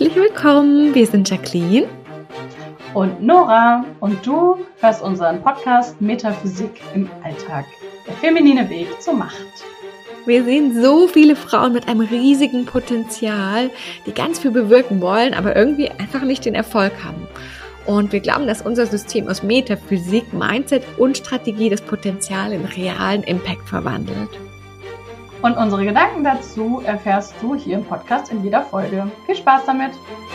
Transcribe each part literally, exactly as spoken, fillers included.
herzlich willkommen. Wir sind Jacqueline und Nora und du hörst unseren Podcast Metaphysik im Alltag. Der feminine Weg zur Macht. Wir sehen so viele Frauen mit einem riesigen Potenzial, die ganz viel bewirken wollen, aber irgendwie einfach nicht den Erfolg haben. Und wir glauben, dass unser System aus Metaphysik, Mindset und Strategie das Potenzial in realen Impact verwandelt. Und unsere Gedanken dazu erfährst du hier im Podcast in jeder Folge. Viel Spaß damit!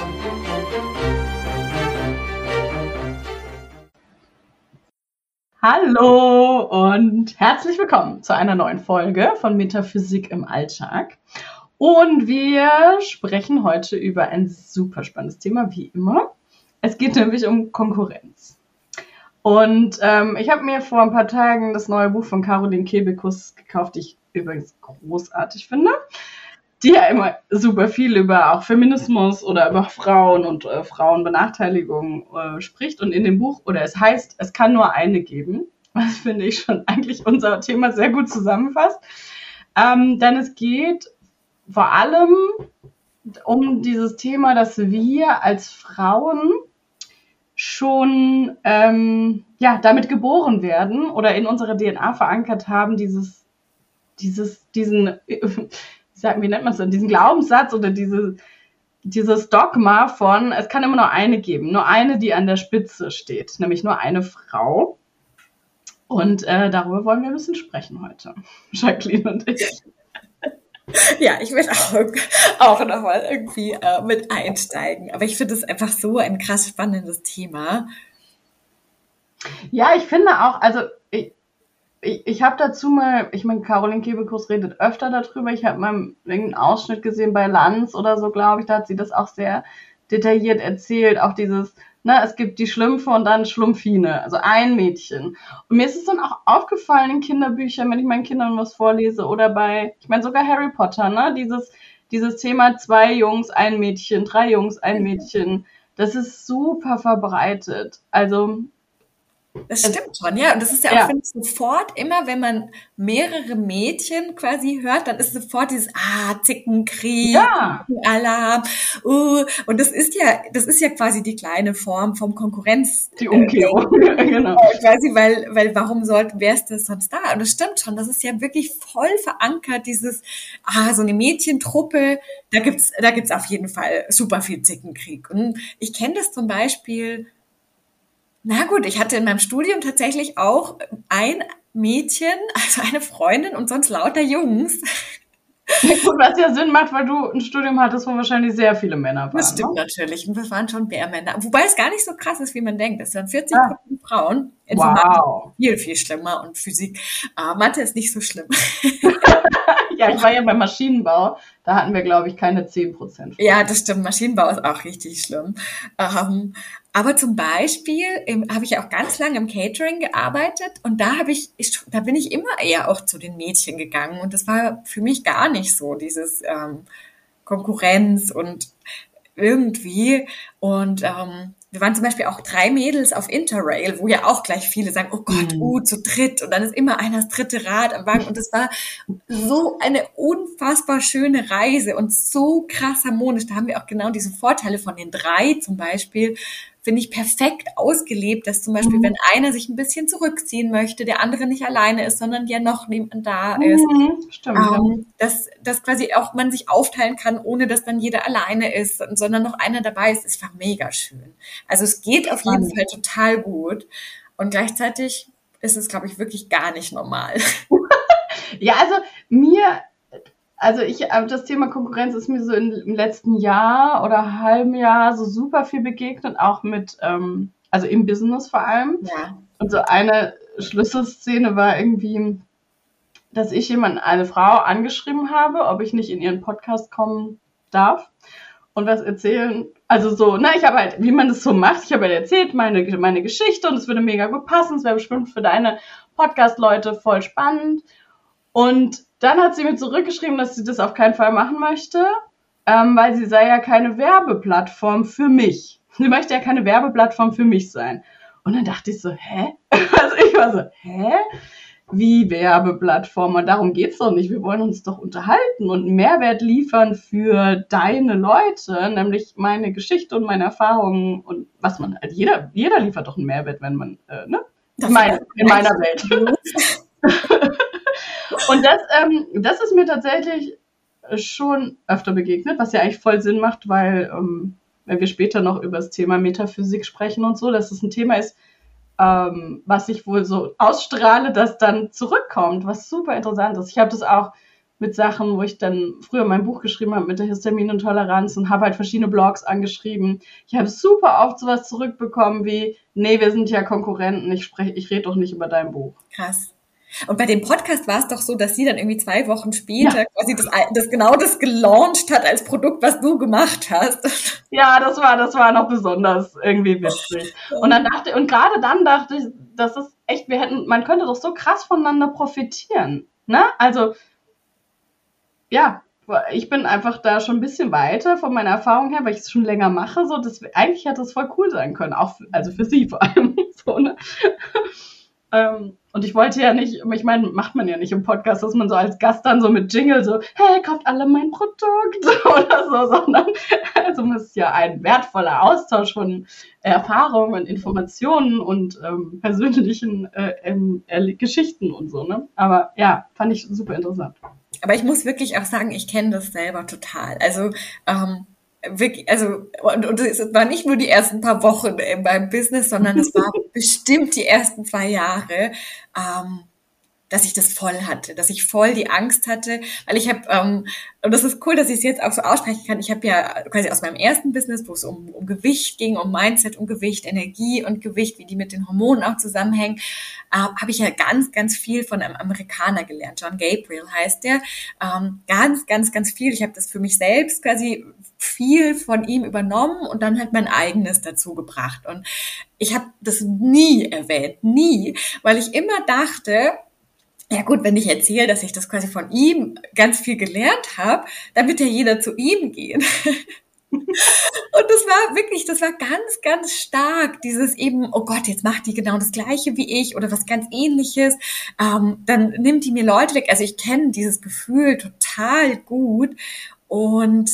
Hallo und herzlich willkommen zu einer neuen Folge von Metaphysik im Alltag. Und wir sprechen heute über ein super spannendes Thema, wie immer. Es geht nämlich um Konkurrenz. Und ähm, ich habe mir vor ein paar Tagen das neue Buch von Caroline Kebekus gekauft, die ich übrigens großartig finde, die ja immer super viel über auch Feminismus oder über Frauen und äh, Frauenbenachteiligung äh, spricht. Und in dem Buch, oder es heißt, es kann nur eine geben, was finde ich schon eigentlich unser Thema sehr gut zusammenfasst. Ähm, denn es geht vor allem um dieses Thema, dass wir als Frauen schon ähm, ja, damit geboren werden oder in unserer D N A verankert haben, dieses dieses, diesen, wie nennt man es denn, diesen Glaubenssatz oder diese, dieses Dogma von, es kann immer nur eine geben, nur eine, die an der Spitze steht, nämlich nur eine Frau. Und äh, darüber wollen wir ein bisschen sprechen heute, Jacqueline und ich. Ja, ich will auch, auch nochmal irgendwie äh, mit einsteigen. Aber ich finde es einfach so ein krass spannendes Thema. Ja, ich finde auch, also ich, Ich, ich habe dazu mal, ich meine, Caroline Kebekus redet öfter darüber. Ich habe mal einen Ausschnitt gesehen bei Lanz oder so, glaube ich. Da hat sie das auch sehr detailliert erzählt. Auch dieses, ne, es gibt die Schlümpfe und dann Schlumpfine, also ein Mädchen. Und mir ist es dann auch aufgefallen in Kinderbüchern, wenn ich meinen Kindern was vorlese oder bei, ich meine sogar Harry Potter, ne, dieses, dieses Thema zwei Jungs, ein Mädchen, drei Jungs, ein Mädchen. Das ist super verbreitet. Also Das stimmt schon, ja. Und das ist ja auch, ja. finde ich, sofort immer, wenn man mehrere Mädchen quasi hört, dann ist sofort dieses, ah, Zickenkrieg, Ja. Alarm, uh, und das ist ja, das ist ja quasi die kleine Form vom Konkurrenz. Die Umkehrung, äh, genau. Quasi, weil, weil warum sollten, wer ist das sonst da? Und das stimmt schon, das ist ja wirklich voll verankert, dieses, ah, so eine Mädchentruppe, da gibt's, da gibt's auf jeden Fall super viel Zickenkrieg. Und ich kenne das zum Beispiel. Na gut, ich hatte in meinem Studium tatsächlich auch ein Mädchen, also eine Freundin und sonst lauter Jungs. Ja, gut, was ja Sinn macht, weil du ein Studium hattest, wo wahrscheinlich sehr viele Männer waren. Das stimmt, ne? Natürlich. Und das waren schon Bärmänner. Wobei es gar nicht so krass ist, wie man denkt. Das waren vierzig Ah. Frauen. In wow. Mathe viel, viel schlimmer und Physik. Uh, Mathe ist nicht so schlimm. Ja, ich war ja beim Maschinenbau. Da hatten wir, glaube ich, keine zehn Prozent. Ja, das stimmt. Maschinenbau ist auch richtig schlimm. Um, aber zum Beispiel habe ich auch ganz lange im Catering gearbeitet und da habe ich, ich, da bin ich immer eher auch zu den Mädchen gegangen und das war für mich gar nicht so, dieses ähm, Konkurrenz und irgendwie und ähm, wir waren zum Beispiel auch drei Mädels auf Interrail, wo ja auch gleich viele sagen, oh Gott, Mhm. uh, zu dritt. Und dann ist immer einer das dritte Rad am Wagen. Und das war so eine unfassbar schöne Reise und so krass harmonisch. Da haben wir auch genau diese Vorteile von den drei zum Beispiel, finde ich, perfekt ausgelebt, dass zum Beispiel, Mhm. wenn einer sich ein bisschen zurückziehen möchte, der andere nicht alleine ist, sondern ja noch jemand da ist. Mhm. Stimmt. Ähm, dass, dass quasi auch man sich aufteilen kann, ohne dass dann jeder alleine ist, sondern noch einer dabei ist, ist einfach mega schön. Also es geht auf jeden Fall total gut und gleichzeitig ist es, glaube ich, wirklich gar nicht normal. Ja, also mir, also ich, das Thema Konkurrenz ist mir so in, im letzten Jahr oder halben Jahr so super viel begegnet, auch mit, ähm, also im Business vor allem. Ja. Und so eine Schlüsselszene war irgendwie, dass ich jemanden, eine Frau angeschrieben habe, ob ich nicht in ihren Podcast kommen darf und was erzählen. Also so, na, ich habe halt, wie man das so macht, ich habe halt erzählt, meine, meine Geschichte und es würde mega gut passen, es wäre bestimmt für deine Podcast-Leute voll spannend. Und dann hat sie mir zurückgeschrieben, dass sie das auf keinen Fall machen möchte, ähm, weil sie sei ja keine Werbeplattform für mich. Sie möchte ja keine Werbeplattform für mich sein. Und dann dachte ich so, hä? Also ich war so, hä? Wie Werbeplattform? Und darum geht's doch nicht. Wir wollen uns doch unterhalten und einen Mehrwert liefern für deine Leute, nämlich meine Geschichte und meine Erfahrungen und was man halt, jeder, jeder liefert doch einen Mehrwert, wenn man, äh, ne? In, mein, in meiner Welt. Und das, ähm, das ist mir tatsächlich schon öfter begegnet, was ja eigentlich voll Sinn macht, weil, ähm, wenn wir später noch über das Thema Metaphysik sprechen und so, dass es ein Thema ist, ähm, was ich wohl so ausstrahle, das dann zurückkommt, was super interessant ist. Ich habe das auch mit Sachen, wo ich dann früher mein Buch geschrieben habe mit der Histaminintoleranz und habe halt verschiedene Blogs angeschrieben. Ich habe super oft sowas zurückbekommen wie, nee, wir sind ja Konkurrenten, ich spreche, ich rede doch nicht über dein Buch. Krass. Und bei dem Podcast war es doch so, dass sie dann irgendwie zwei Wochen später ja. quasi das, das genau das gelauncht hat als Produkt, was du gemacht hast. Ja, das war, das war noch besonders irgendwie witzig. Und dann dachte, und gerade dann dachte ich, das ist echt, wir hätten, man könnte doch so krass voneinander profitieren, ne? Also, ja, ich bin einfach da schon ein bisschen weiter von meiner Erfahrung her, weil ich es schon länger mache, so, das, eigentlich hätte es voll cool sein können, auch, für, also für sie vor allem, so, ne? Ähm, und ich wollte ja nicht, ich meine, macht man ja nicht im Podcast, dass man so als Gast dann so mit Jingle so, hey, kauft alle mein Produkt oder so, sondern also es ist ja ein wertvoller Austausch von Erfahrungen und Informationen und ähm, persönlichen äh, äh, Geschichten und so, ne? Aber ja, fand ich super interessant. Aber ich muss wirklich auch sagen, ich kenne das selber total. Also, ähm, wirklich, also, und, und es war nicht nur die ersten paar Wochen beim Business, sondern es war bestimmt die ersten zwei Jahre, ähm, dass ich das voll hatte, dass ich voll die Angst hatte, weil ich habe, ähm, und das ist cool, dass ich es jetzt auch so aussprechen kann, ich habe ja quasi aus meinem ersten Business, wo es um, um Gewicht ging, um Mindset, um Gewicht, Energie und Gewicht, wie die mit den Hormonen auch zusammenhängen, äh, habe ich ja ganz, ganz viel von einem Amerikaner gelernt, John Gabriel heißt der, ähm, ganz, ganz, ganz viel, ich habe das für mich selbst quasi viel von ihm übernommen und dann halt mein eigenes dazu gebracht und ich habe das nie erwähnt, nie, weil ich immer dachte, ja gut, wenn ich erzähle, dass ich das quasi von ihm ganz viel gelernt habe, dann wird ja jeder zu ihm gehen. Und das war wirklich, das war ganz, ganz stark, dieses eben, oh Gott, jetzt macht die genau das Gleiche wie ich oder was ganz Ähnliches. Ähm, dann nimmt die mir Leute weg. Also ich kenne dieses Gefühl total gut und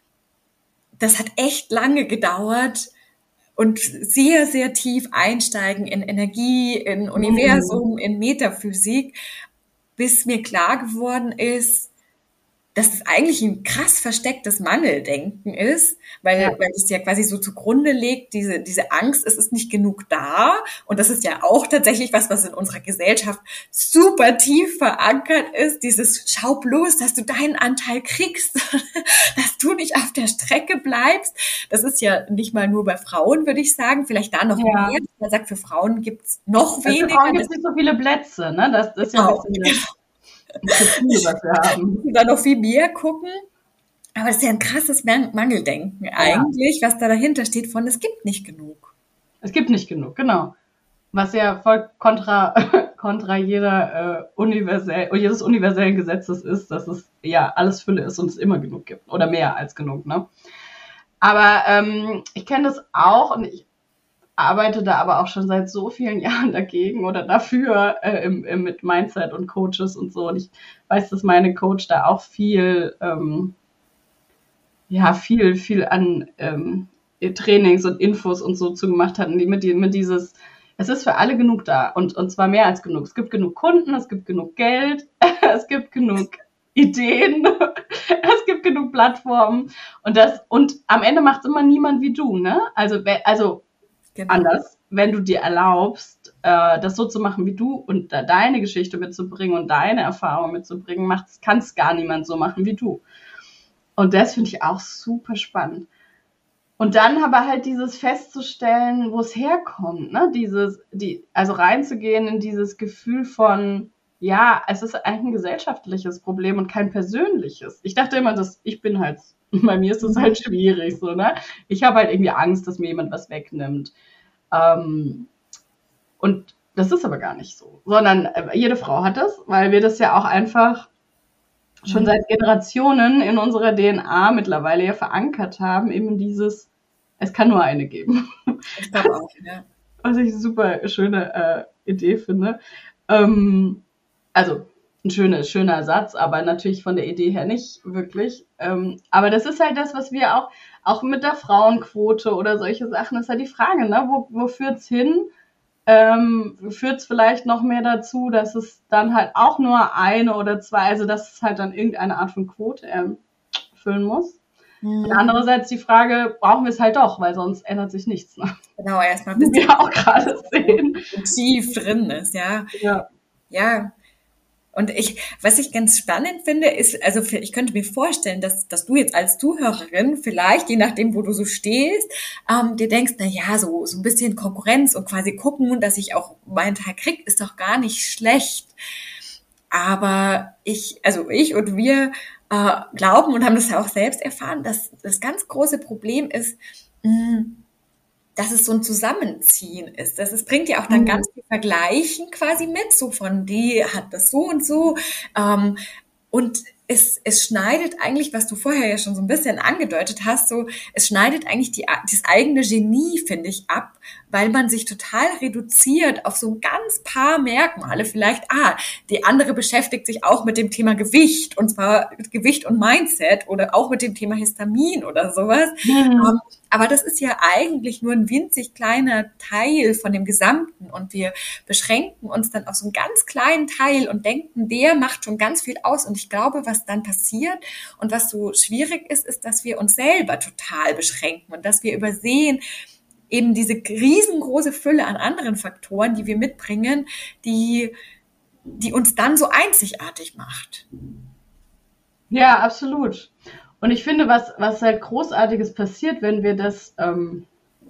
das hat echt lange gedauert, und sehr, sehr tief einsteigen in Energie, in Universum, in Metaphysik, bis mir klar geworden ist, dass es eigentlich ein krass verstecktes Mangeldenken ist, weil, ja. weil es ja quasi so zugrunde legt, diese, diese Angst, es ist nicht genug da. Und das ist ja auch tatsächlich was, was in unserer Gesellschaft super tief verankert ist. Dieses Schau bloß, dass du deinen Anteil kriegst, dass du nicht auf der Strecke bleibst. Das ist ja nicht mal nur bei Frauen, würde ich sagen. Vielleicht da noch ja. mehr. Man sagt, für Frauen gibt's noch also weniger. Für Frauen gibt es nicht so viele Plätze, ne? Das, das ist ja auch. Viel, was wir haben. Da noch viel mehr gucken. Aber es ist ja ein krasses Mangeldenken eigentlich, ja. was da dahinter steht von, es gibt nicht genug. Es gibt nicht genug, genau. Was ja voll kontra, kontra jeder äh, universell, jedes universellen Gesetzes ist, dass es ja alles Fülle ist und es immer genug gibt. Oder mehr als genug, ne? Aber ähm, ich kenne das auch und ich arbeite da aber auch schon seit so vielen Jahren dagegen oder dafür äh, im, im, mit Mindset und Coaches und so. Und ich weiß, dass meine Coach da auch viel, ähm, ja, viel, viel an ähm, Trainings und Infos und so zugemacht hatten, die mit, die, mit dieses, es ist für alle genug da und, und zwar mehr als genug. Es gibt genug Kunden, es gibt genug Geld, es gibt genug Ideen, es gibt genug Plattformen und das, und am Ende macht es immer niemand wie du, ne? Also, also, Genau. Anders, wenn du dir erlaubst, äh, das so zu machen wie du und da deine Geschichte mitzubringen und deine Erfahrung mitzubringen, kann es gar niemand so machen wie du. Und das finde ich auch super spannend. Und dann aber halt dieses festzustellen, wo es herkommt, ne? Dieses, die, also reinzugehen in dieses Gefühl von, ja, es ist eigentlich ein gesellschaftliches Problem und kein persönliches. Ich dachte immer, dass ich bin halt, bei mir ist das halt schwierig, so, ne? Ich habe halt irgendwie Angst, dass mir jemand was wegnimmt. Ähm, und das ist aber gar nicht so, sondern äh, jede Frau hat das, weil wir das ja auch einfach schon mhm. seit Generationen in unserer D N A mittlerweile ja verankert haben, eben dieses, es kann nur eine geben. Ich glaube auch, ja. was ich eine super schöne äh, Idee finde. Ähm, also ein schöner, schöner Satz, aber natürlich von der Idee her nicht wirklich. Ähm, aber das ist halt das, was wir auch, auch mit der Frauenquote oder solche Sachen, ist halt die Frage, ne? Wo, wo führt's hin? Ähm, führt's vielleicht noch mehr dazu, dass es dann halt auch nur eine oder zwei, also dass es halt dann irgendeine Art von Quote erfüllen muss. Mhm. Und andererseits die Frage, brauchen wir es halt doch, weil sonst ändert sich nichts. Ne? Genau, erstmal Wie wir auch gerade sehen. tief drin ist, ja. Ja. Ja. Und ich, was ich ganz spannend finde, ist, also für, ich könnte mir vorstellen, dass, dass du jetzt als Zuhörerin vielleicht, je nachdem, wo du so stehst, ähm, dir denkst, na ja, so, so ein bisschen Konkurrenz und quasi gucken, dass ich auch meinen Teil krieg, ist doch gar nicht schlecht. Aber ich, also ich und wir äh, glauben und haben das auch selbst erfahren, dass das ganz große Problem ist, mh, dass es so ein Zusammenziehen ist. Das, es bringt ja auch dann mhm. ganz viel Vergleichen quasi mit, so von die hat das so und so. Ähm, und es, es schneidet eigentlich, was du vorher ja schon so ein bisschen angedeutet hast, so, es schneidet eigentlich die, das eigene Genie, finde ich, ab, weil man sich total reduziert auf so ein ganz paar Merkmale. Vielleicht, ah, die andere beschäftigt sich auch mit dem Thema Gewicht, und zwar Gewicht und Mindset oder auch mit dem Thema Histamin oder sowas. Mhm. Um, aber das ist ja eigentlich nur ein winzig kleiner Teil von dem Gesamten, und wir beschränken uns dann auf so einen ganz kleinen Teil und denken, der macht schon ganz viel aus. Und ich glaube, was dann passiert und was so schwierig ist, ist, dass wir uns selber total beschränken und dass wir übersehen, eben diese riesengroße Fülle an anderen Faktoren, die wir mitbringen, die, die uns dann so einzigartig macht. Ja, absolut. Und ich finde, was, was halt Großartiges passiert, wenn wir das ähm,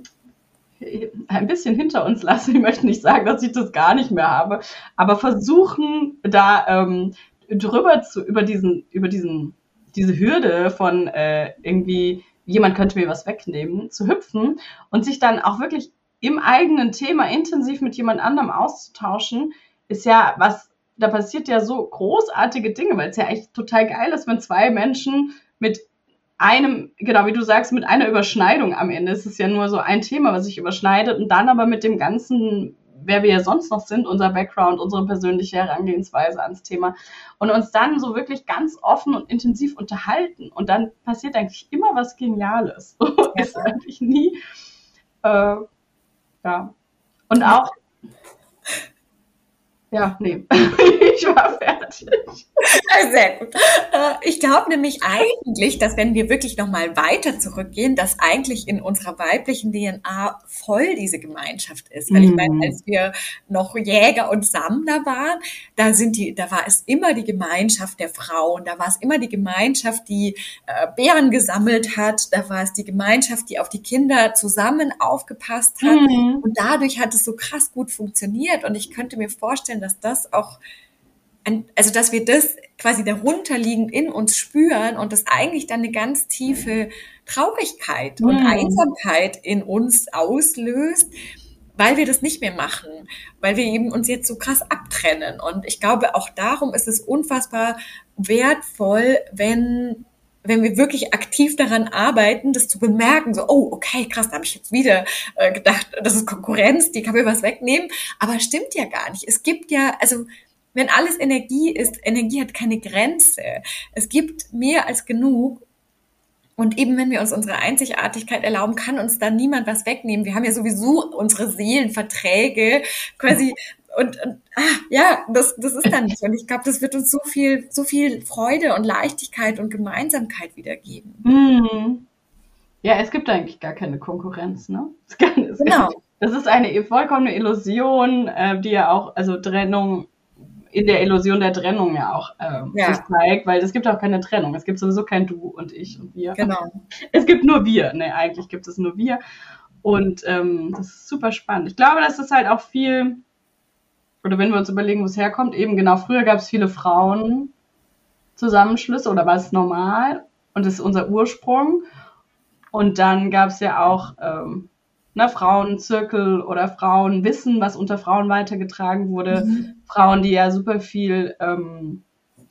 ein bisschen hinter uns lassen. Ich möchte nicht sagen, dass ich das gar nicht mehr habe, aber versuchen, da ähm, drüber zu, über diesen, über diesen, diese Hürde von äh, irgendwie, jemand könnte mir was wegnehmen, zu hüpfen und sich dann auch wirklich im eigenen Thema intensiv mit jemand anderem auszutauschen, ist ja was, da passiert ja so großartige Dinge, weil es ja echt total geil ist, wenn zwei Menschen mit einem, genau wie du sagst, mit einer Überschneidung am Ende, es ist ja nur so ein Thema, was sich überschneidet, und dann aber mit dem ganzen, wer wir ja sonst noch sind, unser Background, unsere persönliche Herangehensweise ans Thema, und uns dann so wirklich ganz offen und intensiv unterhalten, und dann passiert eigentlich immer was Geniales. Ja. Ist eigentlich nie, äh, ja, und auch, ja, nee, ich war fertig. Sehr gut. Ich glaube nämlich eigentlich, dass wenn wir wirklich nochmal weiter zurückgehen, dass eigentlich in unserer weiblichen D N A voll diese Gemeinschaft ist. Weil ich meine, als wir noch Jäger und Sammler waren, da sind die, da war es immer die Gemeinschaft der Frauen, da war es immer die Gemeinschaft, die äh, Beeren gesammelt hat, da war es die Gemeinschaft, die auf die Kinder zusammen aufgepasst hat. Mhm. Und dadurch hat es so krass gut funktioniert. Und ich könnte mir vorstellen, dass das auch also dass wir das quasi darunterliegend in uns spüren und das eigentlich dann eine ganz tiefe Traurigkeit und mm. Einsamkeit in uns auslöst, weil wir das nicht mehr machen, weil wir eben uns jetzt so krass abtrennen. Und ich glaube, auch darum ist es unfassbar wertvoll, wenn wenn wir wirklich aktiv daran arbeiten, das zu bemerken, so, oh, okay, krass, da habe ich jetzt wieder äh, gedacht, das ist Konkurrenz, die kann mir was wegnehmen, aber stimmt ja gar nicht. Es gibt ja, also wenn alles Energie ist, Energie hat keine Grenze. Es gibt mehr als genug. Und eben, wenn wir uns unsere Einzigartigkeit erlauben, kann uns dann niemand was wegnehmen. Wir haben ja sowieso unsere Seelenverträge quasi. Und, und ah, ja, das, das ist dann nicht. Und ich glaube, das wird uns so viel, so viel Freude und Leichtigkeit und Gemeinsamkeit wiedergeben. Mhm. Ja, es gibt eigentlich gar keine Konkurrenz, ne? Es kann, es genau. Gibt, das ist eine vollkommene Illusion, äh, die ja auch, also Trennung, in der Illusion der Trennung ja auch ähm, ja. sich zeigt, weil es gibt auch keine Trennung. Es gibt sowieso kein Du und ich und wir. Genau. Es gibt nur wir. Ne, eigentlich gibt es nur wir. Und ähm, das ist super spannend. Ich glaube, dass das halt auch viel, oder wenn wir uns überlegen, wo es herkommt, eben genau, früher gab es viele Frauenzusammenschlüsse oder war es normal und das ist unser Ursprung. Und dann gab es ja auch ähm, ne, Frauenzirkel oder Frauenwissen, was unter Frauen weitergetragen wurde. Mhm. Frauen, die ja super viel ähm,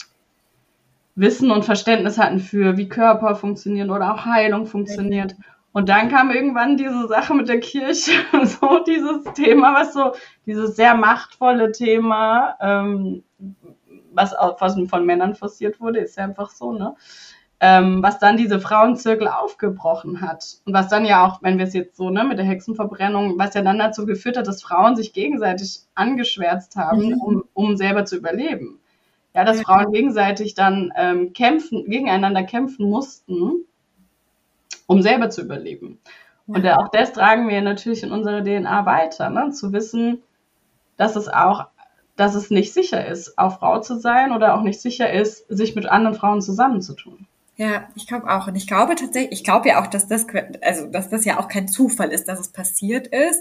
Wissen und Verständnis hatten für, wie Körper funktionieren oder auch Heilung funktioniert. Und dann kam irgendwann diese Sache mit der Kirche, so dieses Thema, was so, dieses sehr machtvolle Thema, ähm, was auch von, von Männern forciert wurde, ist ja einfach so, ne? Ähm, was dann diese Frauenzirkel aufgebrochen hat. Und was dann ja auch, wenn wir es jetzt so, ne, mit der Hexenverbrennung, was ja dann dazu geführt hat, dass Frauen sich gegenseitig angeschwärzt haben, mhm. um, um selber zu überleben. Ja, dass ja. Frauen gegenseitig dann ähm, kämpfen, gegeneinander kämpfen mussten, um selber zu überleben. Ja. Und auch das tragen wir natürlich in unserer D N A weiter, ne? Zu wissen, dass es auch, dass es nicht sicher ist, auch Frau zu sein oder auch nicht sicher ist, sich mit anderen Frauen zusammenzutun. Ja, ich glaube auch. Und ich glaube tatsächlich, ich glaube ja auch, dass das, also, dass das ja auch kein Zufall ist, dass es passiert ist.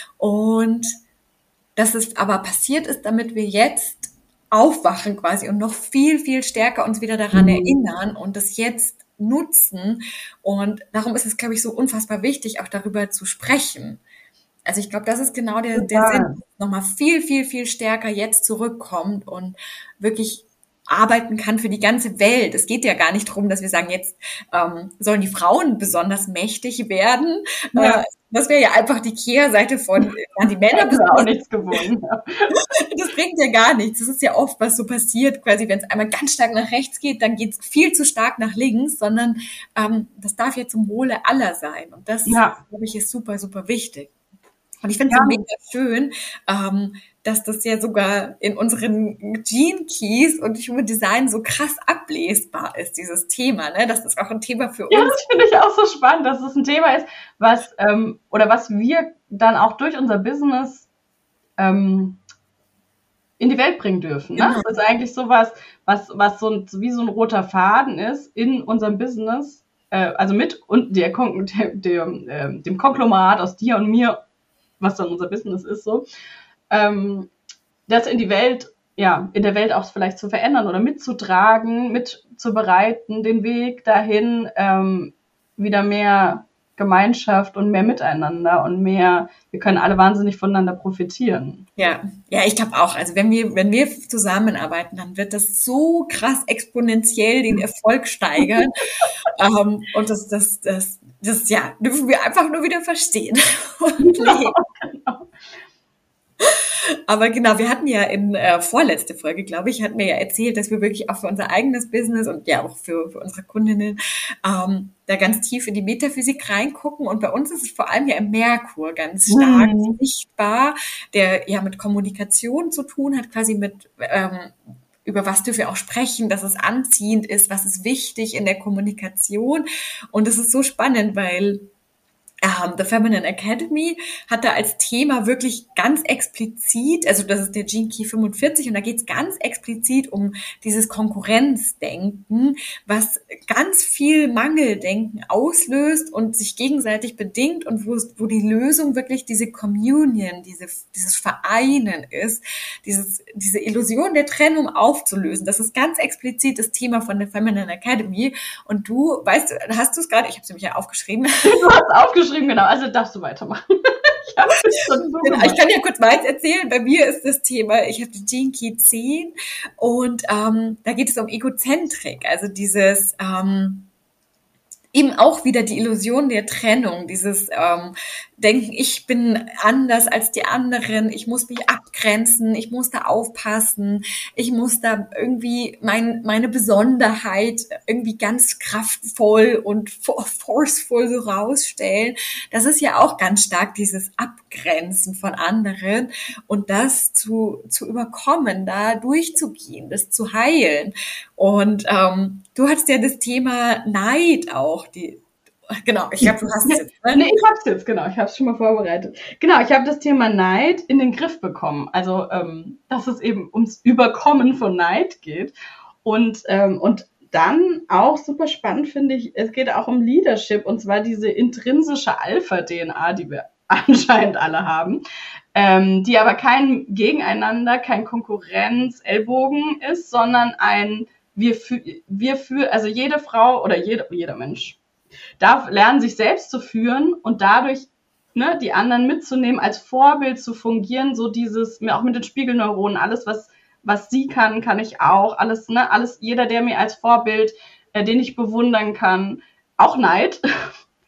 Und dass es aber passiert ist, damit wir jetzt aufwachen quasi und noch viel, viel stärker uns wieder daran mhm. erinnern und das jetzt nutzen. Und darum ist es, glaube ich, so unfassbar wichtig, auch darüber zu sprechen. Also ich glaube, das ist genau der, der Sinn, nochmal viel, viel, viel stärker jetzt zurückkommt und wirklich arbeiten kann für die ganze Welt. Es geht ja gar nicht darum, dass wir sagen, jetzt ähm, sollen die Frauen besonders mächtig werden. Ja. Äh, das wäre ja einfach die Kehrseite von, ja, die Männer haben auch nichts gewonnen. Das bringt ja gar nichts. Das ist ja oft, was so passiert, quasi, wenn es einmal ganz stark nach rechts geht, dann geht es viel zu stark nach links, sondern ähm, das darf ja zum Wohle aller sein. Und das, ja. glaube ich, ist super, super wichtig. Und ich finde es ja. so mega schön, ähm, dass das ja sogar in unseren Gene Keys und Human Design so krass ablesbar ist, dieses Thema, ne? Dass das auch ein Thema für uns. Ja, das finde ich auch so spannend, dass es ein Thema ist, was ähm, oder was wir dann auch durch unser Business ähm, in die Welt bringen dürfen. Ne? Genau. Das ist eigentlich sowas, was was so ein, wie so ein roter Faden ist in unserem Business, äh, also mit und der, der, der, äh, dem Konglomerat aus dir und mir, was dann unser Business ist, so. Ähm, das in die Welt, ja, in der Welt auch vielleicht zu verändern oder mitzutragen, mitzubereiten, den Weg dahin, ähm, wieder mehr Gemeinschaft und mehr Miteinander und mehr, wir können alle wahnsinnig voneinander profitieren. Ja, ja, ich glaube auch. Also wenn wir, wenn wir zusammenarbeiten, dann wird das so krass exponentiell den Erfolg steigern. ähm, und das, das, das, das, ja, dürfen wir einfach nur wieder verstehen und leben. Genau. Aber genau, wir hatten ja in äh, vorletzte Folge, glaube ich, hatten wir ja erzählt, dass wir wirklich auch für unser eigenes Business und ja auch für, für unsere Kundinnen ähm, da ganz tief in die Metaphysik reingucken. Und bei uns ist es vor allem ja im Merkur ganz stark mhm. sichtbar, der ja mit Kommunikation zu tun hat, quasi mit ähm, über was dürfen wir auch sprechen, dass es anziehend ist, was ist wichtig in der Kommunikation. Und es ist so spannend, weil Um, The Feminine Academy hat da als Thema wirklich ganz explizit, also das ist der Gene Key fünfundvierzig und da geht es ganz explizit um dieses Konkurrenzdenken, was ganz viel Mangeldenken auslöst und sich gegenseitig bedingt und wo, wo die Lösung wirklich diese Communion, diese, dieses Vereinen ist, dieses, diese Illusion der Trennung aufzulösen. Das ist ganz explizit das Thema von der Feminine Academy und du, weißt du, hast du es gerade, ich habe es nämlich ja aufgeschrieben. Du hast aufgeschrieben. Genau, also darfst du weitermachen. ich, schon so genau, ich kann ja kurz weiter erzählen. Bei mir ist das Thema, ich habe die Gene Key zehn und ähm, da geht es um Egozentrik, also dieses ähm, eben auch wieder die Illusion der Trennung, dieses ähm, Denken, ich bin anders als die anderen, ich muss mich abgrenzen, ich muss da aufpassen, ich muss da irgendwie mein, meine Besonderheit irgendwie ganz kraftvoll und forceful so rausstellen. Das ist ja auch ganz stark dieses Abgrenzen von anderen und das zu, zu überkommen, da durchzugehen, das zu heilen. Und ähm, du hattest ja das Thema Neid auch, die Genau, ich glaube, du hast es jetzt. Ne? Nee, ich hab's jetzt, genau, ich habe es schon mal vorbereitet. Genau, ich habe das Thema Neid in den Griff bekommen. Also, ähm, dass es eben ums Überkommen von Neid geht. Und, ähm, und dann auch super spannend finde ich, es geht auch um Leadership und zwar diese intrinsische Alpha-D N A, die wir anscheinend alle haben, ähm, die aber kein Gegeneinander, kein Konkurrenz-Ellbogen ist, sondern ein wir für, wir für, also jede Frau oder jede, jeder Mensch darf lernen, sich selbst zu führen und dadurch ne, die anderen mitzunehmen, als Vorbild zu fungieren, so dieses, auch mit den Spiegelneuronen, alles, was was sie kann, kann ich auch, alles, ne, alles, jeder, der mir als Vorbild, äh, den ich bewundern kann, auch Neid,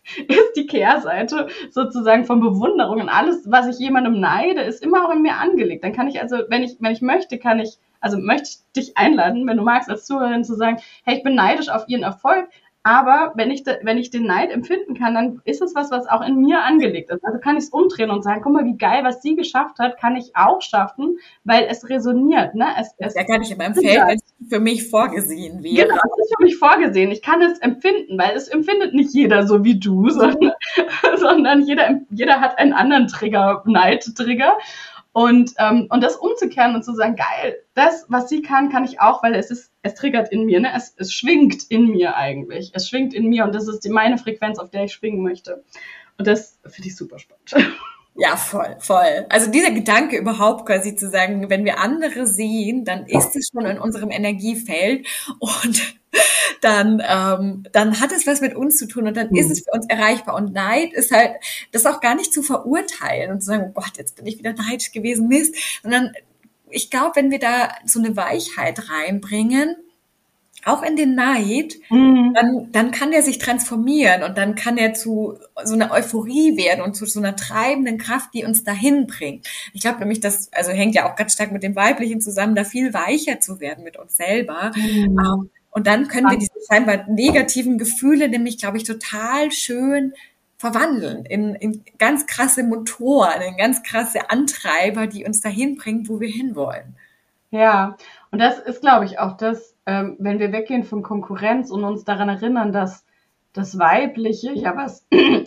ist die Kehrseite sozusagen von Bewunderung. Und alles, was ich jemandem neide, ist immer auch in mir angelegt. Dann kann ich also, wenn ich, wenn ich möchte, kann ich, also möchte ich dich einladen, wenn du magst, als Zuhörerin zu sagen, hey, ich bin neidisch auf ihren Erfolg, aber wenn ich, de, wenn ich den Neid empfinden kann, dann ist es was, was auch in mir angelegt ist. Also kann ich es umdrehen und sagen, guck mal, wie geil, was sie geschafft hat, kann ich auch schaffen, weil es resoniert. Ne? Es, es ja gar nicht in meinem Feld, wenn es für mich vorgesehen wäre. Genau, es ist für mich vorgesehen. Ich kann es empfinden, weil es empfindet nicht jeder so wie du, sondern, sondern jeder, jeder hat einen anderen Trigger, Neid-Trigger. Und, ähm, und das umzukehren und zu sagen, geil, das, was sie kann, kann ich auch, weil es ist, es triggert in mir, ne? es, es schwingt in mir eigentlich. Es schwingt in mir und das ist die, meine Frequenz, auf der ich schwingen möchte. Und das finde ich super spannend. Ja, voll, voll. Also dieser Gedanke überhaupt quasi zu sagen, wenn wir andere sehen, dann ist es schon in unserem Energiefeld und dann, ähm, dann hat es was mit uns zu tun und dann mhm. ist es für uns erreichbar. Und Neid ist halt, das auch gar nicht zu verurteilen und zu sagen, oh Gott, jetzt bin ich wieder neidisch gewesen, Mist. Sondern ich glaube, wenn wir da so eine Weichheit reinbringen, auch in den Neid, mhm. dann, dann kann der sich transformieren und dann kann er zu so einer Euphorie werden und zu so einer treibenden Kraft, die uns dahin bringt. Ich glaube nämlich, das also hängt ja auch ganz stark mit dem Weiblichen zusammen, da viel weicher zu werden mit uns selber. Mhm. Um, und dann können wir diese scheinbar negativen Gefühle nämlich, glaube ich, total schön verwandeln in, in ganz krasse Motoren, in ganz krasse Antreiber, die uns dahin bringen, wo wir hinwollen. Ja, und das ist, glaube ich, auch das, ähm, wenn wir weggehen von Konkurrenz und uns daran erinnern, dass das Weibliche ja was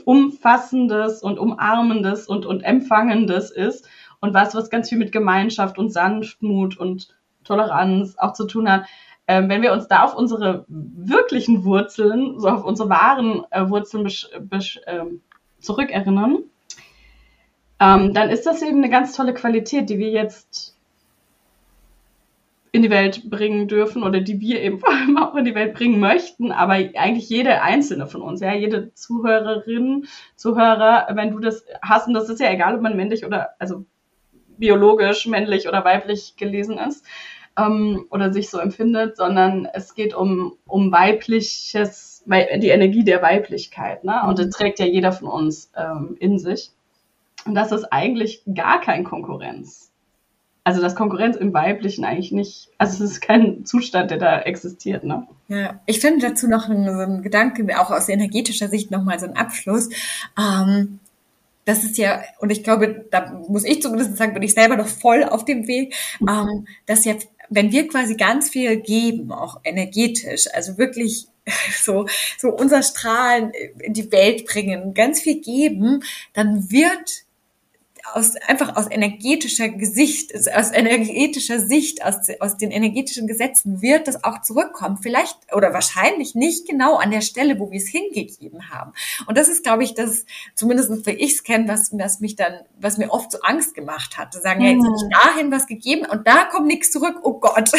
Umfassendes und Umarmendes und, und Empfangendes ist und was, was ganz viel mit Gemeinschaft und Sanftmut und Toleranz auch zu tun hat. Ähm, wenn wir uns da auf unsere wirklichen Wurzeln, so auf unsere wahren äh, Wurzeln besch, besch, ähm, zurückerinnern, ähm, dann ist das eben eine ganz tolle Qualität, die wir jetzt in die Welt bringen dürfen oder die wir eben vor allem auch in die Welt bringen möchten, aber eigentlich jede einzelne von uns, ja, jede Zuhörerin, Zuhörer, wenn du das hast, und das ist ja egal, ob man männlich oder, also biologisch, männlich oder weiblich gelesen ist, ähm, oder sich so empfindet, sondern es geht um, um weibliches, die Energie der Weiblichkeit, ne, und das trägt ja jeder von uns ähm, in sich. Und das ist eigentlich gar kein Konkurrenz. Also dass Konkurrenz im Weiblichen eigentlich nicht, also es ist kein Zustand, der da existiert, ne? Ja, ich finde dazu noch einen, so einen Gedanken, auch aus energetischer Sicht nochmal so ein Abschluss. Ähm, das ist ja, und ich glaube, da muss ich zumindest sagen, bin ich selber noch voll auf dem Weg, ähm, dass jetzt, wenn wir quasi ganz viel geben, auch energetisch, also wirklich so, so unser Strahlen in die Welt bringen, ganz viel geben, dann wird aus, einfach aus energetischer Gesicht, aus energetischer Sicht, aus, aus den energetischen Gesetzen wird das auch zurückkommen. Vielleicht oder wahrscheinlich nicht genau an der Stelle, wo wir es hingegeben haben. Und das ist, glaube ich, das, zumindest wie ich es kenne, was, was mich dann, was mir oft so Angst gemacht hat. Zu sagen, mhm. ja, jetzt habe ich dahin was gegeben und da kommt nichts zurück. Oh Gott.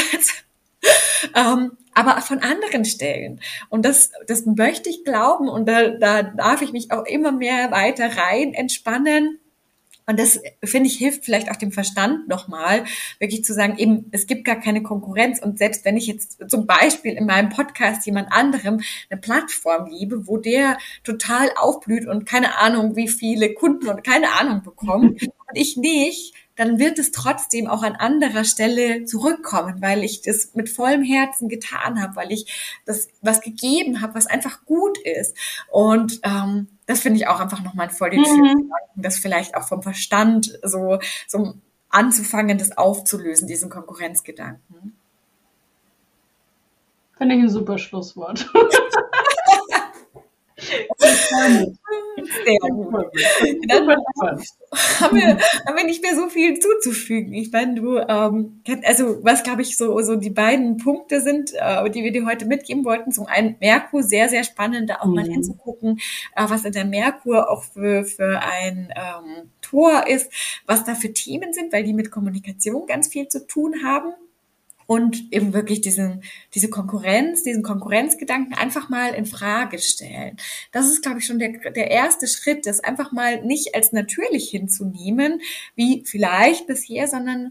ähm, aber von anderen Stellen. Und das, das möchte ich glauben und da, da darf ich mich auch immer mehr weiter rein entspannen. Und das, finde ich, hilft vielleicht auch dem Verstand nochmal, wirklich zu sagen, eben, es gibt gar keine Konkurrenz. Und selbst wenn ich jetzt zum Beispiel in meinem Podcast jemand anderem eine Plattform gebe, wo der total aufblüht und keine Ahnung, wie viele Kunden und keine Ahnung bekommt und ich nicht, dann wird es trotzdem auch an anderer Stelle zurückkommen, weil ich das mit vollem Herzen getan habe, weil ich das was gegeben habe, was einfach gut ist. Und ähm, das finde ich auch einfach nochmal voll den schönen Gedanken, das vielleicht auch vom Verstand so, so anzufangen, das aufzulösen, diesen Konkurrenzgedanken. Finde ich ein super Schlusswort. Sehr gut. Dann haben wir, haben wir nicht mehr so viel zuzufügen. Ich meine, du, ähm, also was glaube ich so so die beiden Punkte sind, äh, die wir dir heute mitgeben wollten. Zum einen Merkur, sehr sehr spannend, da auch mhm. mal hinzugucken, äh, was in der Merkur auch für für ein ähm, Tor ist, was da für Themen sind, weil die mit Kommunikation ganz viel zu tun haben. Und eben wirklich diesen, diese Konkurrenz, diesen Konkurrenzgedanken einfach mal in Frage stellen. Das ist, glaube ich, schon der, der erste Schritt, das einfach mal nicht als natürlich hinzunehmen, wie vielleicht bisher, sondern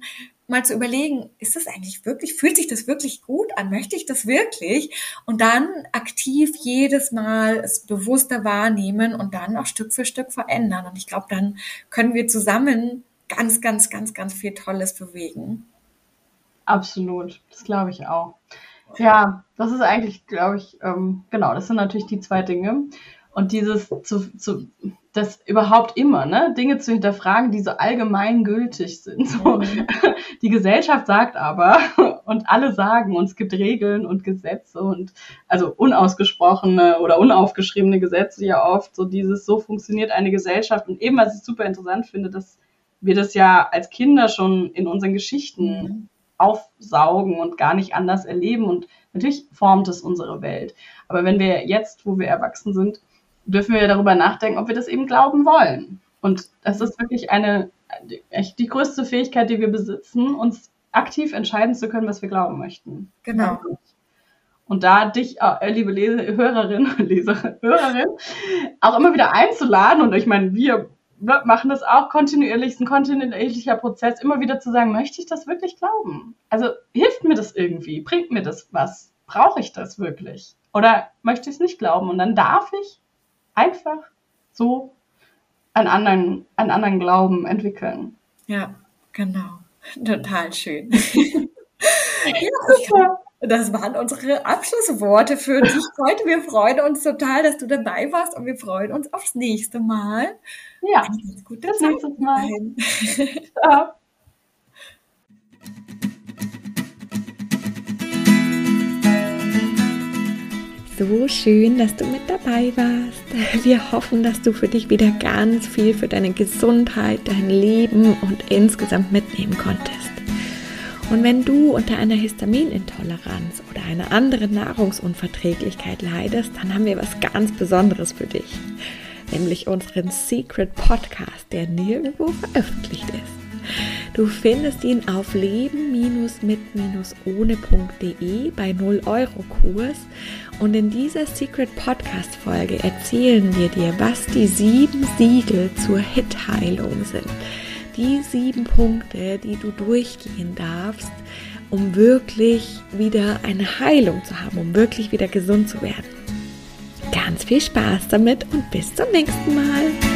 mal zu überlegen, ist das eigentlich wirklich, fühlt sich das wirklich gut an? Möchte ich das wirklich? Und dann aktiv jedes Mal es bewusster wahrnehmen und dann auch Stück für Stück verändern. Und ich glaube, dann können wir zusammen ganz, ganz, ganz, ganz viel Tolles bewegen. Absolut, das glaube ich auch. Ja, das ist eigentlich, glaube ich, ähm, genau, das sind natürlich die zwei Dinge. Und dieses, zu, zu, das überhaupt immer, ne, Dinge zu hinterfragen, die so allgemein gültig sind. So. Mhm. Die Gesellschaft sagt aber, und alle sagen, und es gibt Regeln und Gesetze und also unausgesprochene oder unaufgeschriebene Gesetze ja oft, so dieses, so funktioniert eine Gesellschaft. Und eben, was ich super interessant finde, dass wir das ja als Kinder schon in unseren Geschichten mhm. aufsaugen und gar nicht anders erleben. Und natürlich formt es unsere Welt. Aber wenn wir jetzt, wo wir erwachsen sind, dürfen wir darüber nachdenken, ob wir das eben glauben wollen. Und das ist wirklich eine, echt die größte Fähigkeit, die wir besitzen, uns aktiv entscheiden zu können, was wir glauben möchten. Genau. Und da dich, liebe Lese, Hörerin, Leserin, Hörerin, auch immer wieder einzuladen, und ich meine, wir machen das auch kontinuierlich, ist ein kontinuierlicher Prozess, immer wieder zu sagen, möchte ich das wirklich glauben? Also hilft mir das irgendwie? Bringt mir das was? Brauche ich das wirklich? Oder möchte ich es nicht glauben? Und dann darf ich einfach so einen anderen, einen anderen Glauben entwickeln. Ja, genau. Total schön. Ja, das waren unsere Abschlussworte für dich heute. Wir freuen uns total, dass du dabei warst und wir freuen uns aufs nächste Mal. Ja, gut, bis nächstes Mal. Ciao. So schön, dass du mit dabei warst. Wir hoffen, dass du für dich wieder ganz viel für deine Gesundheit, dein Leben und insgesamt mitnehmen konntest. Und wenn du unter einer Histaminintoleranz oder einer anderen Nahrungsunverträglichkeit leidest, dann haben wir was ganz Besonderes für dich. Nämlich unseren Secret Podcast, der nirgendwo veröffentlicht ist. Du findest ihn auf leben mit ohne punkt de bei null Euro Kurs, und in dieser Secret Podcast Folge erzählen wir dir, was die sieben Siegel zur Hit-Heilung sind. Die sieben Punkte, die du durchgehen darfst, um wirklich wieder eine Heilung zu haben, um wirklich wieder gesund zu werden. Ganz viel Spaß damit und bis zum nächsten Mal.